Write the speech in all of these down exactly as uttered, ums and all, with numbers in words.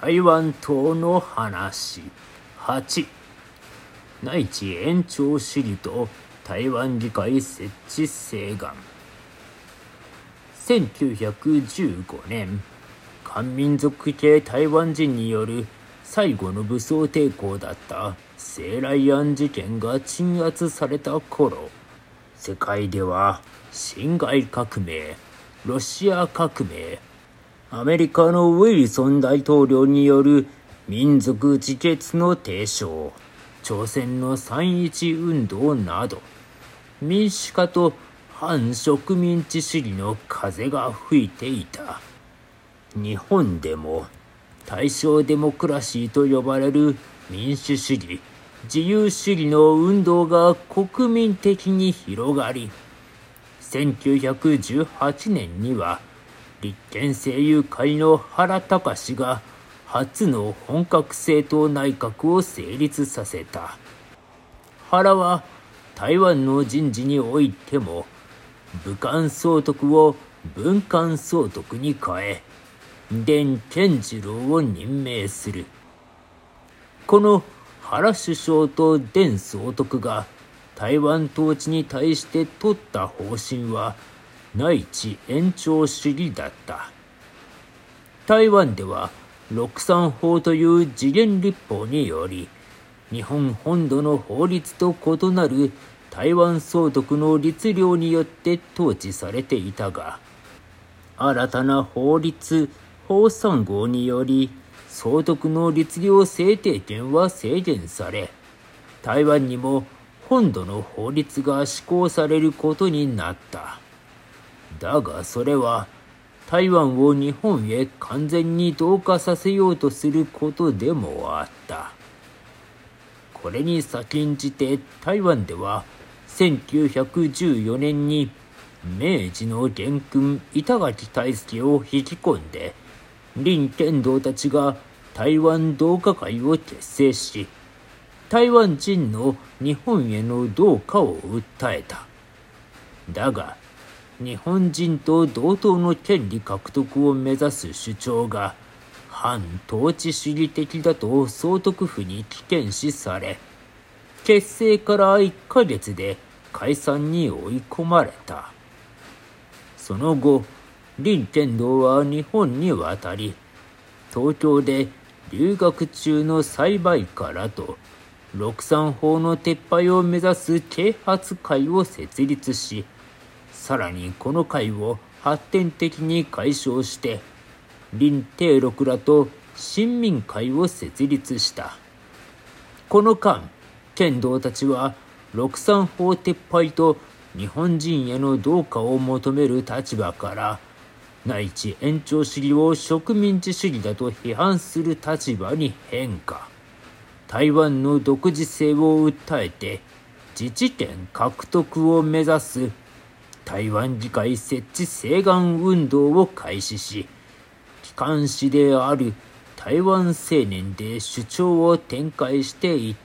台湾島の話。はち、内地延長主義と台湾議会設置請願。せんきゅうひゃくじゅうごねん、漢民族系台湾人による最後の武装抵抗だった西来庵事件が鎮圧された頃、世界では辛亥革命、ロシア革命、アメリカのウィルソン大統領による民族自決の提唱、朝鮮の三一運動など、民主化と反植民地主義の風が吹いていた。日本でも大正デモクラシーと呼ばれる民主主義、自由主義の運動が国民的に広がり、せんきゅうひゃくじゅうはちねんには立憲政友会の原敬が初の本格政党内閣を成立させた。原は台湾の人事においても武官総督を文官総督に変え、田健次郎を任命する。この原首相と田総督が台湾統治に対して取った方針は内地延長主義だった。台湾では六三法という時限立法により、日本本土の法律と異なる台湾総督の律令によって統治されていたが、新たな法律法三号により総督の律令制定権は制限され、台湾にも本土の法律が施行されることになった。だがそれは台湾を日本へ完全に同化させようとすることでもあった。これに先んじて台湾ではせんきゅうひゃくじゅうよねんに明治の元勲板垣退助を引き込んで、林天堂たちが台湾同化会を結成し、台湾人の日本への同化を訴えた。だが日本人と同等の権利獲得を目指す主張が反統治主義的だと総督府に危険視され、結成からいっかげつで解散に追い込まれた。その後、林天堂は日本に渡り、東京で留学中の栽培家らと六三法の撤廃を目指す啓発会を設立し、さらにこの会を発展的に解消して、林定六らと新民会を設立した。この間、天堂たちは六三法撤廃と日本人への同化を求める立場から、内地延長主義を植民地主義だと批判する立場に変化。台湾の独自性を訴えて自治権獲得を目指す台湾議会設置請願運動を開始し、機関紙である台湾青年で主張を展開していった。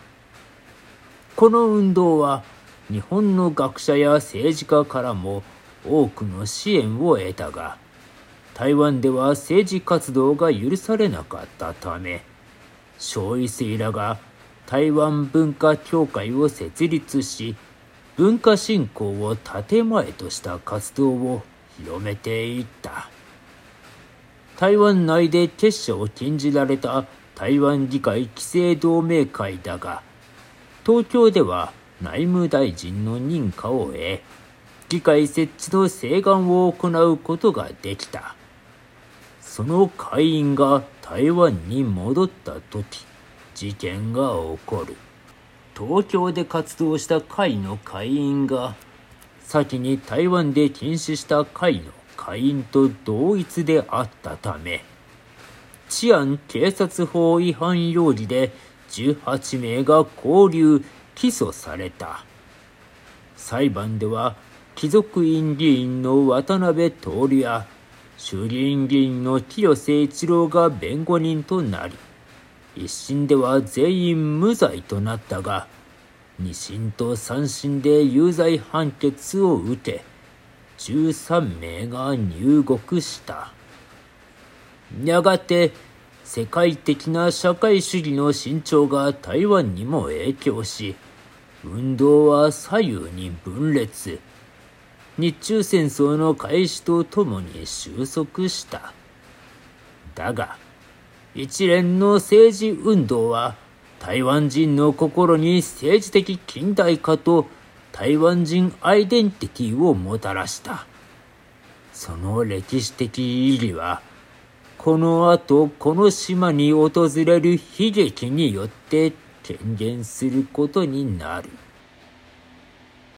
この運動は日本の学者や政治家からも多くの支援を得たが、台湾では政治活動が許されなかったため、小医水らが台湾文化協会を設立し、文化振興を建前とした活動を広めていった。台湾内で結社を禁じられた台湾議会規制同盟会だが、東京では内務大臣の認可を得、議会設置の請願を行うことができた。その会員が台湾に戻った時、事件が起こる。東京で活動した会の会員が先に台湾で禁止した会の会員と同一であったため、治安警察法違反容疑でじゅうはちめいが拘留・起訴された。裁判では貴族院議員の渡辺徹や衆議院議員の清瀬一郎が弁護人となり、一審では全員無罪となったが、二審と三審で有罪判決を受け、じゅうさんめいが入獄した。やがて世界的な社会主義の伸長が台湾にも影響し、運動は左右に分裂。日中戦争の開始とともに収束した。だが、一連の政治運動は台湾人の心に政治的近代化と台湾人アイデンティティをもたらした。その歴史的意義は、この後この島に訪れる悲劇によって顕現することになる。